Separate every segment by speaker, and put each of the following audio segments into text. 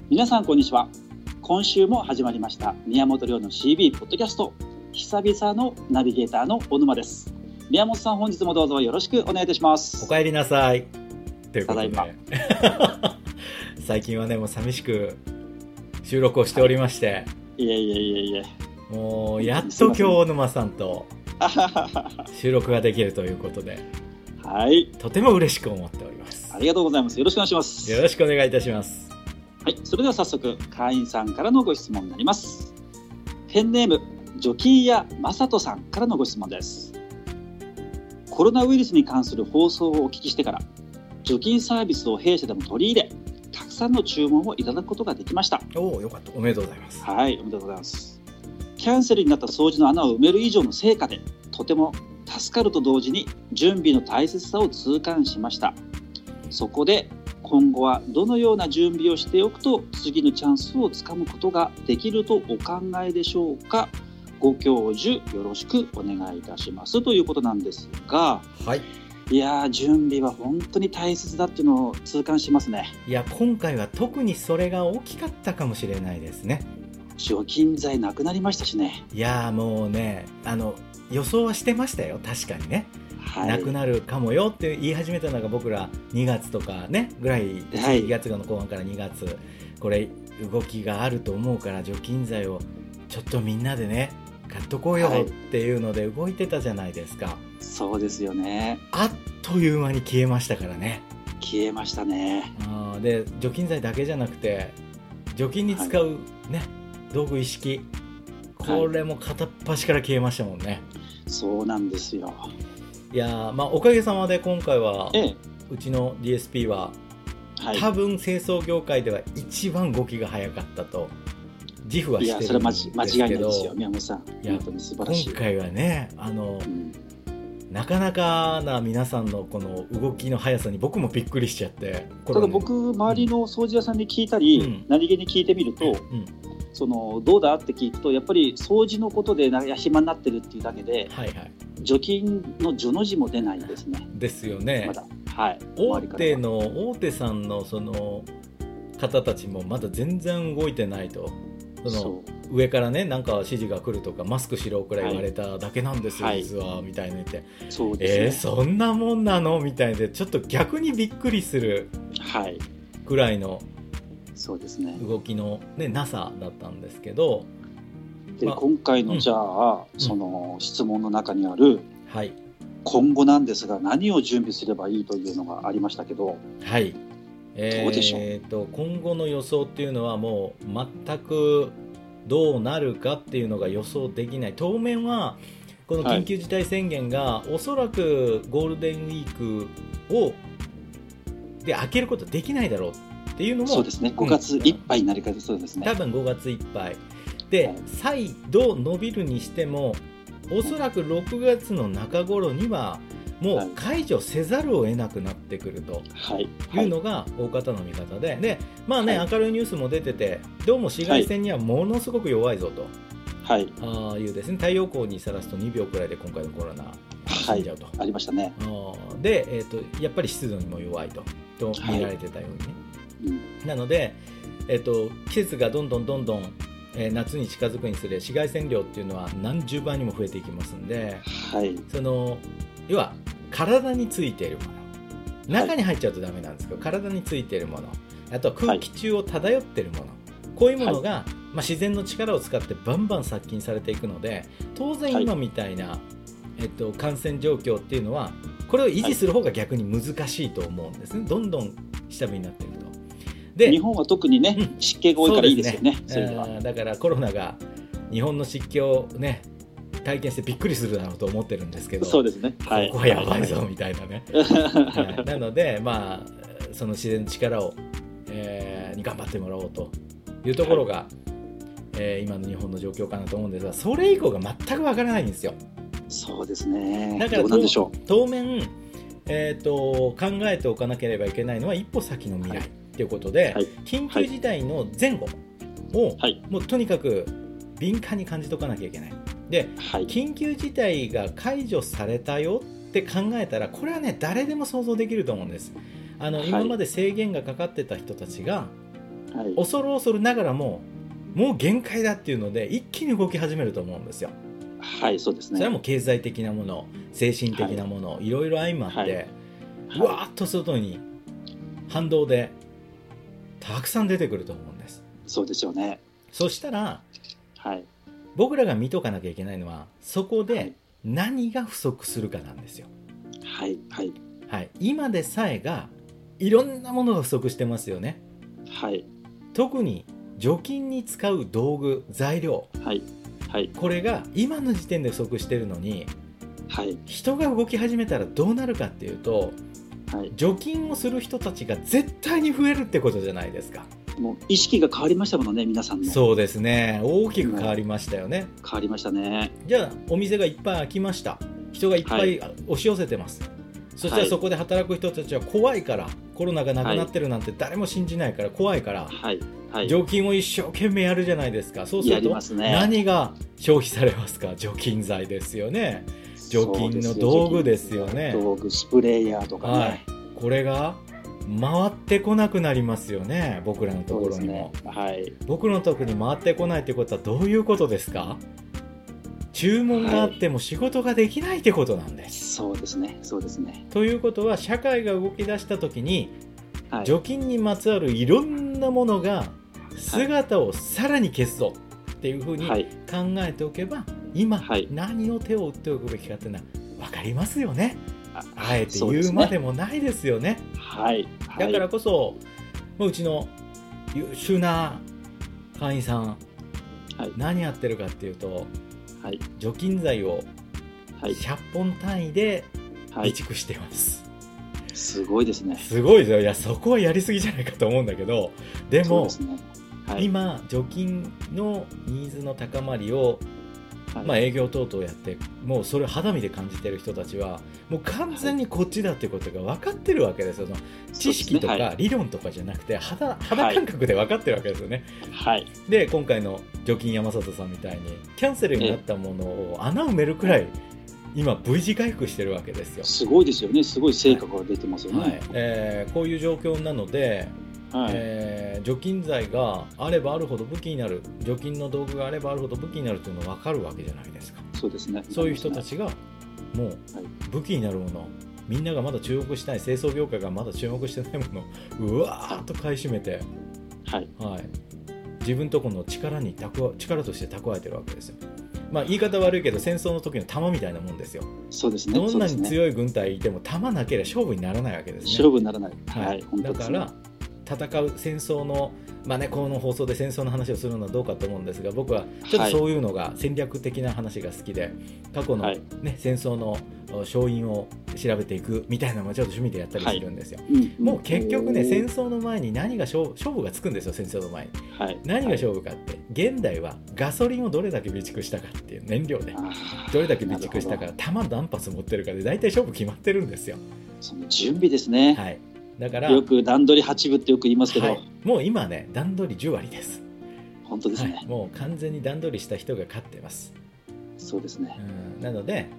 Speaker 1: 皆さんこんにちは。今週も始まりました宮本亮の CB ポッドキャスト。久々のナビゲーターの小沼です。宮本さん、本日もどうぞよろしくお願いいたします。
Speaker 2: お帰りなさいということで、
Speaker 1: ただい
Speaker 2: 最近はねもう寂しく収録をしておりまして、
Speaker 1: いえ
Speaker 2: もうやっと今日小沼さんと収録ができるということで、
Speaker 1: はい、
Speaker 2: とても嬉しく思っております。
Speaker 1: ありがとうございます。よろしくお願いします。
Speaker 2: よろしくお願いいたします。
Speaker 1: はい、それでは早速会員さんからのご質問になります。ペンネームジョキーヤマサトさんからのご質問です。コロナウイルスに関する放送をお聞きしてから除菌サービスを弊社でも取り入れ、たくさんの注文をいただくことができました。
Speaker 2: おお、よかった。おめでとうございます。
Speaker 1: はい、おめでとうございます。キャンセルになった掃除の穴を埋める以上の成果で、とても助かると同時に準備の大切さを痛感しました。そこで今後はどのような準備をしておくと次のチャンスをつかむことができるとお考えでしょうか。ご教授よろしくお願いいたしますということなんですが、
Speaker 2: はい、
Speaker 1: いや準備は本当に大切だっていうのを痛感しますね。
Speaker 2: いや今回は特にそれが大きかったかもしれないですね。
Speaker 1: 除菌剤なくなりましたしね。
Speaker 2: いやもうね予想はしてましたよ。確かにね、はい、なくなるかもよって言い始めたのが僕ら2月とかねぐらい、はい、1月の後半から2月これ動きがあると思うから除菌剤をちょっとみんなでね買っとこうよっていうので動いてたじゃないですか、はい、
Speaker 1: そうですよね。
Speaker 2: あっという間に消えましたからね。
Speaker 1: 消えましたね。
Speaker 2: で除菌剤だけじゃなくて除菌に使う、はい、ね道具一式、これも片っ端から消えましたもんね、はい、
Speaker 1: そうなんですよ。
Speaker 2: いやおかげさまで今回は、うちの DSP は、はい、多分清掃業界では一番動きが早かったと自負はしてるんですけど。いやそれは間違いないですよ宮本さん。本当に素晴らしい。 今回はねなかなかな皆さんのこの動きの速さに僕もびっくりしちゃって。
Speaker 1: ただ僕周りの掃除屋さんに聞いたり、何気に聞いてみると、そのどうだって聞くとやっぱり掃除のことで暇になってるっていうだけで、はいはい、除菌の除の字も出ないですね。
Speaker 2: ですよね。
Speaker 1: まだ、はい、
Speaker 2: 大手さんのその方たちもまだ全然動いてないと。上からねなんか指示が来るとかマスクしろくらい言われただけなんですよ、はい、実はみたいな言って、そうですね、そんなもんなのみたいでちょっと逆にびっくりするくらいの動きの、ね、なさだったんですけど、
Speaker 1: で今回のじゃあ、その質問の中にある、はい、今後なんですが何を準備すればいいというのがありましたけど、はい、どうでしょう。
Speaker 2: 今後の予想っていうのはもう全くどうなるかっていうのが予想できない。当面はこの緊急事態宣言がおそらくゴールデンウィークをで開けることできないだろうっていうのも
Speaker 1: そうですね。5月いっぱいになりかけそうですね。
Speaker 2: 多分5月いっぱいで、再度伸びるにしてもおそらく6月の中頃にはもう解除せざるを得なくなってくるというのが大方の見方で、でまあね、明るいニュースも出ててどうも紫外線にはものすごく弱いぞと、はい、いうですね、太陽光にさらすと2秒くらいで今回のコロナ死んじゃうと、
Speaker 1: ありましたね。
Speaker 2: で、やっぱり湿度にも弱いと見られてたようにね、なので、季節がどんどん夏に近づくにつれ紫外線量っていうのは何十倍にも増えていきますんで、その要は体についているもの、中に入っちゃうとダメなんですけど、体についているもの、あとは空気中を漂っているもの、こういうものが、自然の力を使ってバンバン殺菌されていくので、当然今みたいな、感染状況っていうのはこれを維持する方が逆に難しいと思うんですね。どんどん下火になっていると。
Speaker 1: で日本は特にね、湿気が多いからいいですよね。それでは
Speaker 2: だからコロナが日本の湿気をね体験してびっくりするだろうと思ってるんですけど、
Speaker 1: そうですね、
Speaker 2: はい、ここはやばいぞみたいなね、はい、なのでその自然の力を、に頑張ってもらおうというところが、今の日本の状況かなと思うんですが、それ以降が全くわからないんですよ。
Speaker 1: そうですね。
Speaker 2: だから
Speaker 1: どうなんでしょう。
Speaker 2: 当面、考えておかなければいけないのは一歩先の未来ということで、緊急事態の前後を、もうとにかく敏感に感じとかなきゃいけない。で、緊急事態が解除されたよって考えたら、これはね誰でも想像できると思うんです。今まで制限がかかってた人たちが
Speaker 1: はい、
Speaker 2: 恐る恐るながらもう限界だっていうので一気に動き始めると思うんですよ。
Speaker 1: はい、そうですね。
Speaker 2: それはもう経済的なもの、精神的なもの、はい、いろいろ相まって、はい、うわーっと外に反動でたくさん出てくると思うんです。
Speaker 1: そうですよね。
Speaker 2: そしたら、
Speaker 1: はい、
Speaker 2: 僕らが見とかなきゃいけないのはそこで何が不足するかなんですよ。
Speaker 1: はいはい
Speaker 2: はい、今でさえがいろんなものが不足してますよね。
Speaker 1: はい、
Speaker 2: 特に除菌に使う道具、材料、
Speaker 1: はいはい、
Speaker 2: これが今の時点で不足してるのに、
Speaker 1: はい、
Speaker 2: 人が動き始めたらどうなるかっていうと、はい、除菌をする人たちが絶対に増えるってことじゃないですか。
Speaker 1: もう意識が変わりましたもんね、皆さんの。
Speaker 2: そうですね、大きく変わりましたよね。
Speaker 1: 変わりましたね。
Speaker 2: じゃあお店がいっぱい開きました、人がいっぱい押し寄せてます、はい、そしたらそこで働く人たちは怖いから、コロナがなくなってるなんて誰も信じないから怖いから、
Speaker 1: はいはい、
Speaker 2: 除菌を一生懸命やるじゃないですか。そうすると何が消費されますか？除菌剤ですよね。除菌の道具ですよね。
Speaker 1: 道具、スプレーヤーとかね、はい、
Speaker 2: これが回ってこなくなりますよね、僕らのところにも、
Speaker 1: ね、はい、
Speaker 2: 僕のところに回ってこないってことはどういうことですか？注文があっても仕事ができないってことなんです、
Speaker 1: はい、そうですね、そうですね。
Speaker 2: ということは社会が動き出した時に、はい、除菌にまつわるいろんなものが姿をさらに消すぞっていうふうに考えておけば、今、はい、何を手を打っておくべきかっていうのは分かりますよね。あえて言うまでもないですよね。
Speaker 1: はいはい、
Speaker 2: だからこそ、うちの優秀な会員さん、はい、何やってるかっていうと、はい、除菌剤を100本単位で備蓄してます、
Speaker 1: はい、すごいですね。
Speaker 2: すごいですよ。いや、そこはやりすぎじゃないかと思うんだけど、でも
Speaker 1: そうですね、はい、
Speaker 2: 今除菌のニーズの高まりを、はい、営業等々やってもうそれを肌身で感じてる人たちはもう完全にこっちだってことが分かってるわけですよ。知識とか理論とかじゃなくて 肌感覚で分かってるわけですよね、はい、で今回の除菌山里さんみたいにキャンセルになったものを穴埋めるくらい今 V 字回復してるわけですよ。
Speaker 1: すごいですよね。すごい成果が出てますよね、
Speaker 2: はい、こういう状況なので、はい、除菌剤があればあるほど武器になる、除菌の道具があればあるほど武器になるというのは分かるわけじゃないですか。
Speaker 1: そうですね。
Speaker 2: そういう人たちがもう武器になるもの、みんながまだ注目してない、清掃業界がまだ注目してないものをうわーっと買い占めて、はいはい、自分とこの力として蓄えてるわけですよ。まあ、言い方悪いけど戦争の時の弾みたいなもんですよ。
Speaker 1: そうですね。
Speaker 2: どんなに強い軍隊いても弾なければ勝負にならないわけですね。
Speaker 1: 勝負にならない、
Speaker 2: はい、だから戦う戦争の、この放送で戦争の話をするのはどうかと思うんですが、僕はちょっとそういうのが戦略的な話が好きで、過去の、戦争の勝因を調べていくみたいなのもちょっと趣味でやったりするんですよ、もう結局ね、戦争の前に何が勝負がつくんですよ。戦争の前に、何が勝負かって、現代はガソリンをどれだけ備蓄したかっていう燃料でどれだけ備蓄したか、弾何発持ってるかで大体勝負決まってるんですよ。
Speaker 1: その準備ですね、
Speaker 2: はい、だから
Speaker 1: よく段取り8分ってよく言いますけど、
Speaker 2: もう今ね段取り10割です。
Speaker 1: 本当ですね、
Speaker 2: もう完全に段取りした人が勝ってます。
Speaker 1: そうですね、
Speaker 2: なので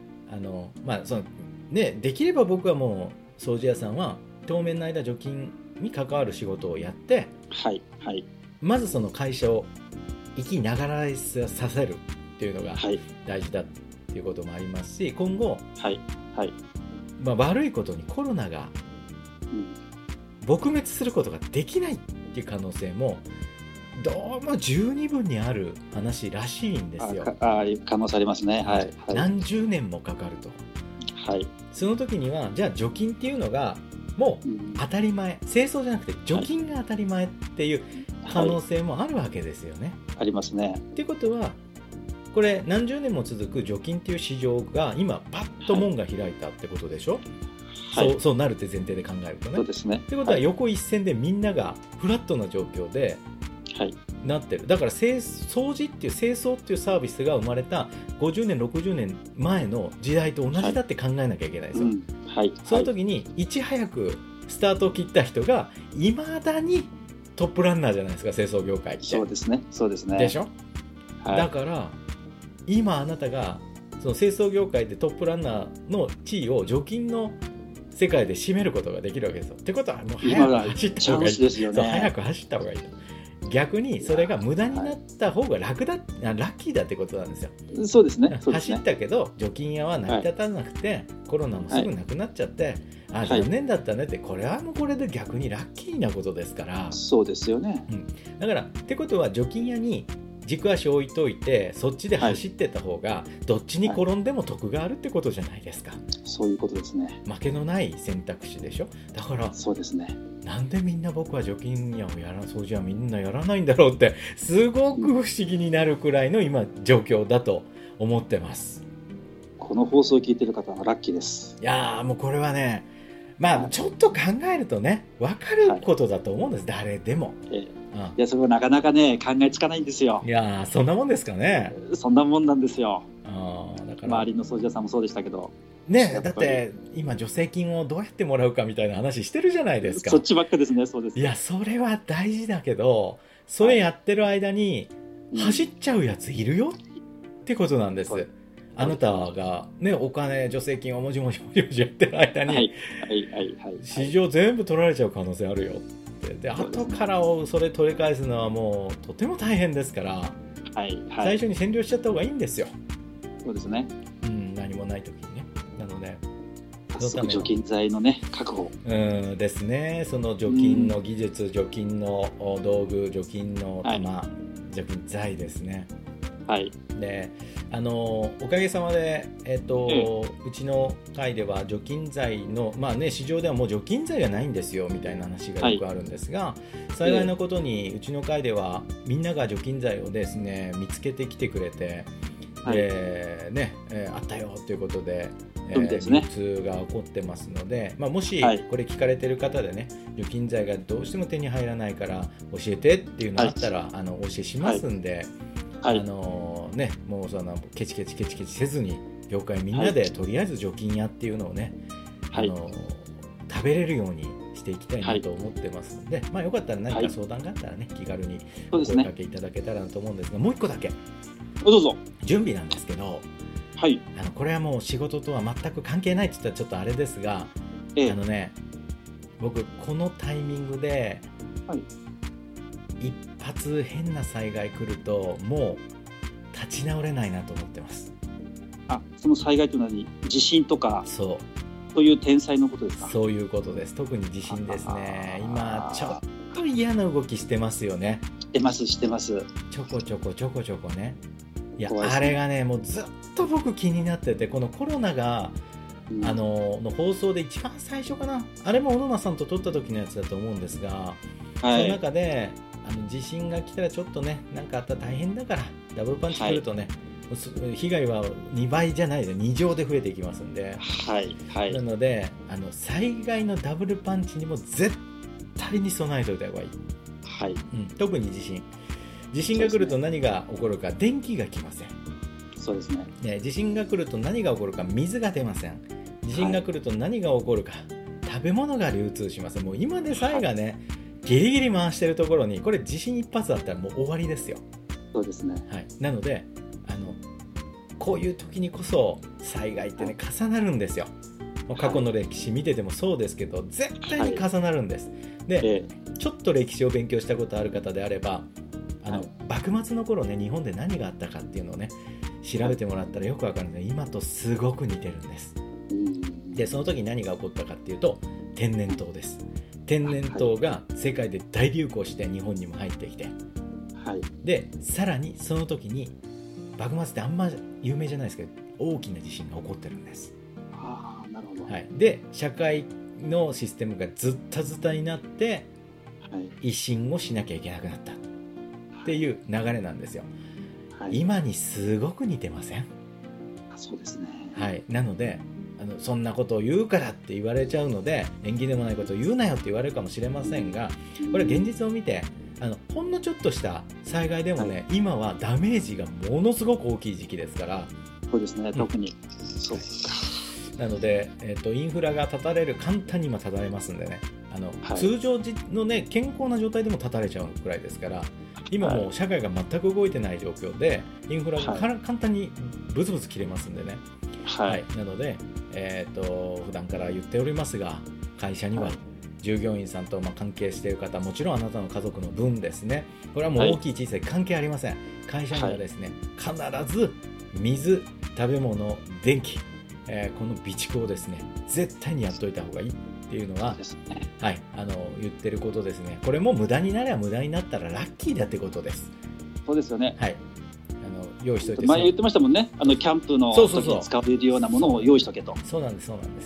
Speaker 2: できれば僕はもう掃除屋さんは当面の間除菌に関わる仕事をやって、
Speaker 1: はいはい、
Speaker 2: まずその会社を生きながらさせるっていうのが大事だっていうこともありますし、今後、はいはい、悪いことにコロナが撲滅することができないっていう可能性もどうも十二分にある話らしいんですよ。
Speaker 1: 可能性ありますね、はいはい、
Speaker 2: 何十年もかかると、はい、その時にはじゃあ除菌っていうのがもう当たり前、清掃じゃなくて除菌が当たり前っていう可能性もあるわけですよね、
Speaker 1: ありますね。
Speaker 2: っていうことはこれ何十年も続く除菌っていう市場が今パッと門が開いたってことでしょ、そうなるって前提で考えるとね。
Speaker 1: そうですね。
Speaker 2: ってことは横一線でみんながフラットな状況でなってる。だから掃除っていう清掃っていうサービスが生まれた50年60年前の時代と同じだって考えなきゃいけないですよ、その時にいち早くスタートを切った人がいまだにトップランナーじゃないですか、清掃業界って。
Speaker 1: そうですね、そうですね。
Speaker 2: でしょ、だから今あなたがその清掃業界でトップランナーの地位を除菌の世界で占めることができるわけですよ。ってことはもう早く走った方がいい。
Speaker 1: ですよね。
Speaker 2: 早く走った方がいい。 逆にそれが無駄になった方がラッキーだってことなんですよ。
Speaker 1: そうですね。
Speaker 2: 走ったけど除菌屋は成り立たなくて、コロナもすぐなくなっちゃって、残念だったねって、これはもうこれで逆にラッキーなことですから。
Speaker 1: そうですよね。
Speaker 2: だからってことは除菌屋に軸足を置いといてそっちで走ってた方がどっちに転んでも得があるってことじゃないですか。
Speaker 1: そういうことですね。
Speaker 2: 負けのない選択肢でしょ。だから
Speaker 1: そうですね。
Speaker 2: なんでみんな僕は除菌屋を掃除はみんなやらないんだろうってすごく不思議になるくらいの今状況だと思ってます。
Speaker 1: この放送を聞いてる方はラッキーです。
Speaker 2: いやもうこれはね、ちょっと考えるとね分かることだと思うんです、誰でも。
Speaker 1: いや、それはなかなかね考えつかないんですよ。
Speaker 2: いやそんなもんですかね。
Speaker 1: そんなもんなんですよ。
Speaker 2: だから
Speaker 1: 周りの掃除屋さんもそうでしたけど
Speaker 2: ね、だって今助成金をどうやってもらうかみたいな話してるじゃないですか。
Speaker 1: そっちばっかですね。そうです。
Speaker 2: いやそれは大事だけど、それやってる間に走っちゃうやついるよってことなんです、あなたがねお金助成金をもじもじもじもじやってる間に市場全部取られちゃう可能性あるよって。で後からそれ取り返すのはもうとても大変ですから、最初に占領しちゃった方がいいんですよ。
Speaker 1: そうですね。
Speaker 2: 何もない時にね。なので
Speaker 1: 除菌剤のね確保
Speaker 2: ですね。その除菌の技術、除菌の道具、除菌の玉、除菌剤ですね。でおかげさまで、うちの会では除菌剤の、市場ではもう除菌剤がないんですよみたいな話がよくあるんですが、幸いなことにうちの会ではみんなが除菌剤をですね見つけてきてくれて、あったよということで、流通が起こってますので、もしこれ聞かれてる方でね、除菌剤がどうしても手に入らないから教えてっていうのがあったら、お教えしますんで、もうそのケチケチせずに業界みんなでとりあえず除菌屋っていうのをね、食べれるようにしていきたいなと思ってますので、よかったら何か相談があったらね、気軽にお声かけいただけたらと思うんですが、もう一個だけ
Speaker 1: どうぞ。
Speaker 2: 準備なんですけど、これはもう仕事とは全く関係ないって言ったらちょっとあれですが、僕このタイミングで、一発変な災害来るともう立ち直れないなと思ってます。
Speaker 1: その災害というのは地震とかそういう天災のことですか？
Speaker 2: そういうことです。特に地震ですね。今ちょっと嫌な動きしてますよね。
Speaker 1: してます。
Speaker 2: ちょこちょこね。いや、あれがねもうずっと僕気になってて、このコロナがの放送で一番最初かな、あれも小野間さんと撮った時のやつだと思うんですが、その中で地震が来たらちょっとねなんかあったら大変だから、ダブルパンチ来るとね、被害は2倍じゃないで2乗で増えていきますんで、なので災害のダブルパンチにも絶対に備えておいた方がいい、特に地震が来ると何が起こるか、電気が来ません。
Speaker 1: そうですね。
Speaker 2: 地震が来ると何が起こるか、水が出ません。地震が来ると何が起こるか、食べ物が流通しません。もう今でさえがね、ギリギリ回してるところに、これ地震一発だったらもう終わりですよ。
Speaker 1: そうですね。
Speaker 2: なのでこういう時にこそ災害ってね重なるんですよ。過去の歴史見ててもそうですけど、絶対に重なるんです。で、ちょっと歴史を勉強したことある方であれば、幕末の頃ね、日本で何があったかっていうのをね調べてもらったらよくわかるんで、今とすごく似てるんです。でその時何が起こったかっていうと、天然痘です。天然痘が世界で大流行して日本にも入ってきて、でさらにその時に幕末ってあんま有名じゃないですけど大きな地震が起こってるんです。
Speaker 1: なるほど。
Speaker 2: で社会のシステムがズッタズタになって、維新をしなきゃいけなくなったっていう流れなんですよ。今にすごく似てません？
Speaker 1: そうですね。
Speaker 2: なのでそんなことを言うからって言われちゃうので、縁起でもないことを言うなよって言われるかもしれませんが、これは現実を見てほんのちょっとした災害でもね、今はダメージがものすごく大きい時期ですから。
Speaker 1: そうですね、特に、そうか。
Speaker 2: なので、インフラが断たれる、簡単に今断たれますんでね、通常のね健康な状態でも断たれちゃうくらいですから、今もう社会が全く動いてない状況でインフラが簡単にブツブツ切れますんでね。なので、普段から言っておりますが、会社には従業員さんと関係している方、もちろんあなたの家族の分ですね、これはもう大きい小さい関係ありません。会社にはですね、必ず水、食べ物、電気、この備蓄をですね絶対にやっといた方がいいっていうのは、はい、言ってることですね。これも無駄になれば無駄になったらラッキーだってことです。
Speaker 1: そうですよね。
Speaker 2: はい、用意しといて。
Speaker 1: 前言ってましたもんね、キャンプの時に使えるようなものを用意しとけと。
Speaker 2: そうなんです、そうなんです。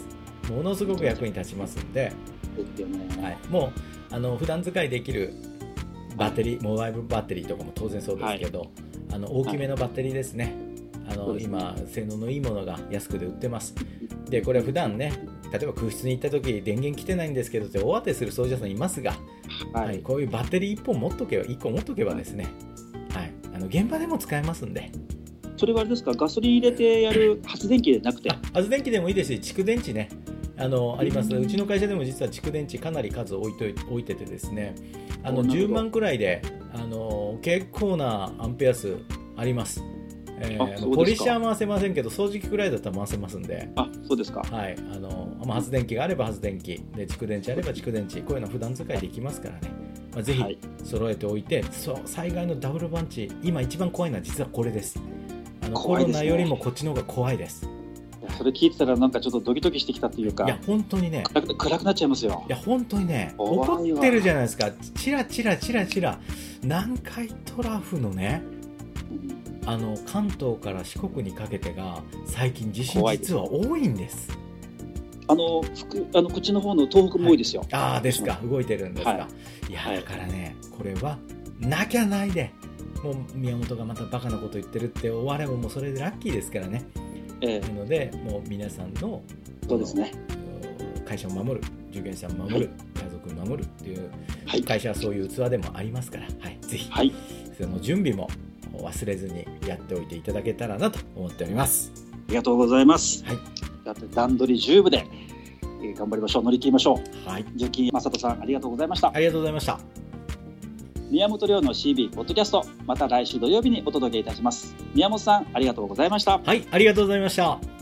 Speaker 2: ものすごく役に立ちますんで、はい、もう普段使いできるバッテリー、モバイルバッテリーとかも当然そうですけど、大きめのバッテリーですね。今性能のいいものが安くで売ってます。でこれ普段ね、例えば空室に行った時電源来てないんですけどって大当てする操縦者さんいますが、はい、こういうバッテリー1個持っとけばですね、はい、現場でも使えますんで。
Speaker 1: それはあれですか、ガソリン入れてやる発電機でなくて？
Speaker 2: 発電機でもいいですし、蓄電池ね、あります。うちの会社でも実は蓄電池かなり数置いててですね、10万くらいで結構なアンペア数あります。ポリッシャー回せませんけど掃除機くらいだったら回せますんで。
Speaker 1: あ、そうですか。
Speaker 2: はい、発電機があれば発電機で、蓄電池あれば蓄電池、こういうの普段使いできますからね、ぜひ揃えておいて、災害のダブルパンチ、今一番怖いのは実はこれです。コロナよりもこっちの方が怖いです。
Speaker 1: それ聞いてたらなんかちょっとドキドキしてきたっていうか、
Speaker 2: いや本当にね、
Speaker 1: 暗くなっちゃいますよ。
Speaker 2: いや本当にね、怒ってるじゃないですか。チラチラ南海トラフのね、関東から四国にかけてが最近地震実は多いんです。
Speaker 1: こっちの方の東北も多いですよ。
Speaker 2: はい、ああですか、動いてるんですか。はい、いやだからね、これはなきゃないで、もう宮本がまたバカなこと言ってるって終わればもうそれでラッキーですからね。なのでもう皆さんの
Speaker 1: そうですね、
Speaker 2: 会社を守る、従業員さんを守る、家族を守るっていう、会社はそういう器でもありますから、はい、ぜひ、その準備も忘れずにやっておいていただけたらなと思っております。
Speaker 1: ありがとうございます。
Speaker 2: はい、
Speaker 1: 段取り10部で頑張りましょう。乗り切りましょう。
Speaker 2: はい、
Speaker 1: 純金正人さん、ありがとうございました。
Speaker 2: ありがとうございました。
Speaker 1: 宮本亮の CB ポッドキャスト、また来週土曜日にお届けいたします。宮本さん、ありがとうございました。
Speaker 2: はい、ありがとうございました。